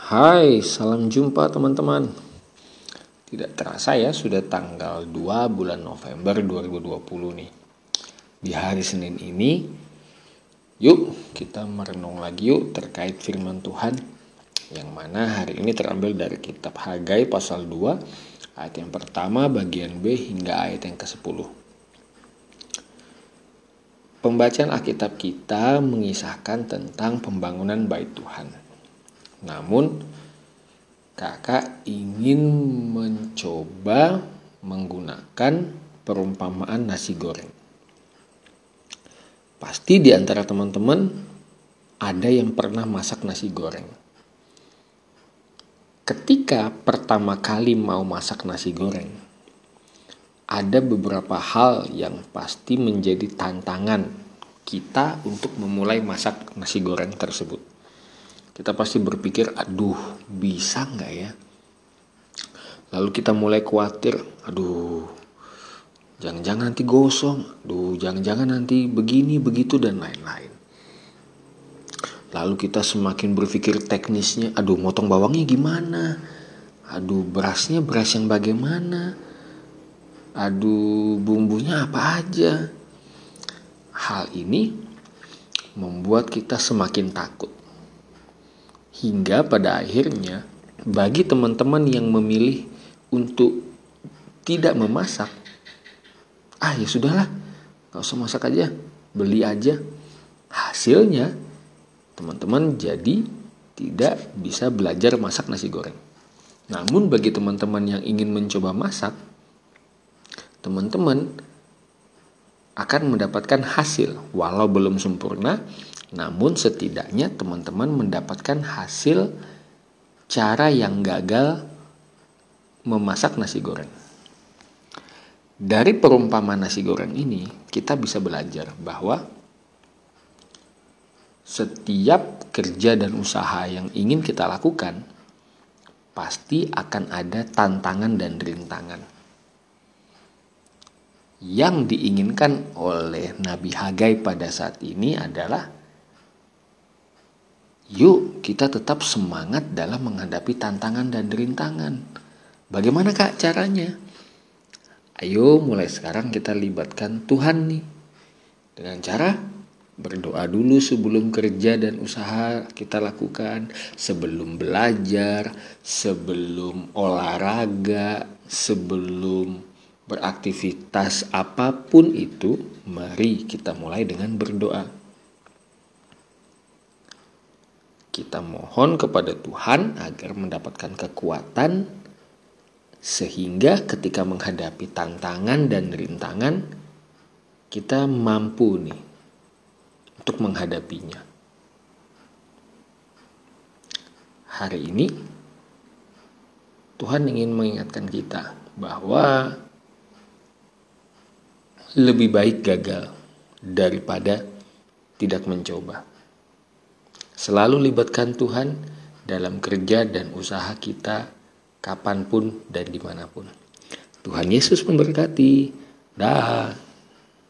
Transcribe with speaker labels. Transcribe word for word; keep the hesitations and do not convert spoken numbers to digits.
Speaker 1: Hai, salam jumpa teman-teman. Tidak terasa ya, sudah tanggal dua bulan November dua ribu dua puluh nih. Di hari Senin ini, yuk kita merenung lagi yuk terkait firman Tuhan, yang mana hari ini terambil dari kitab Hagai pasal dua, ayat yang pertama bagian B hingga ayat yang kesepuluh. Pembacaan Alkitab kita mengisahkan tentang pembangunan bait Tuhan. Namun, kakak ingin mencoba menggunakan perumpamaan nasi goreng. Pasti di antara teman-teman ada yang pernah masak nasi goreng. Ketika pertama kali mau masak nasi goreng, ada beberapa hal yang pasti menjadi tantangan kita untuk memulai masak nasi goreng tersebut. Kita pasti berpikir, aduh bisa nggak ya? Lalu kita mulai khawatir, aduh jangan-jangan nanti gosong, aduh jangan-jangan nanti begini, begitu, dan lain-lain. Lalu kita semakin berpikir teknisnya, aduh motong bawangnya gimana? Aduh berasnya beras yang bagaimana? Aduh bumbunya apa aja? Hal ini membuat kita semakin takut. Hingga pada akhirnya bagi teman-teman yang memilih untuk tidak memasak, ah ya sudahlah, gak usah masak aja, beli aja. Hasilnya teman-teman jadi tidak bisa belajar masak nasi goreng. Namun bagi teman-teman yang ingin mencoba masak, teman-teman akan mendapatkan hasil walau belum sempurna. Namun setidaknya teman-teman mendapatkan hasil cara yang gagal memasak nasi goreng. Dari perumpamaan nasi goreng ini kita bisa belajar bahwa setiap kerja dan usaha yang ingin kita lakukan pasti akan ada tantangan dan rintangan. Yang diinginkan oleh Nabi Hagai pada saat ini adalah yuk kita tetap semangat dalam menghadapi tantangan dan rintangan. Bagaimana kak caranya? Ayo mulai sekarang kita libatkan Tuhan nih. Dengan cara berdoa dulu sebelum kerja dan usaha kita lakukan. Sebelum belajar, sebelum olahraga, sebelum beraktivitas apapun itu, mari kita mulai dengan berdoa. Kita mohon kepada Tuhan agar mendapatkan kekuatan sehingga ketika menghadapi tantangan dan rintangan kita mampu nih untuk menghadapinya. Hari ini Tuhan ingin mengingatkan kita bahwa lebih baik gagal daripada tidak mencoba. Selalu libatkan Tuhan dalam kerja dan usaha kita kapanpun dan dimanapun. Tuhan Yesus memberkati. Dah.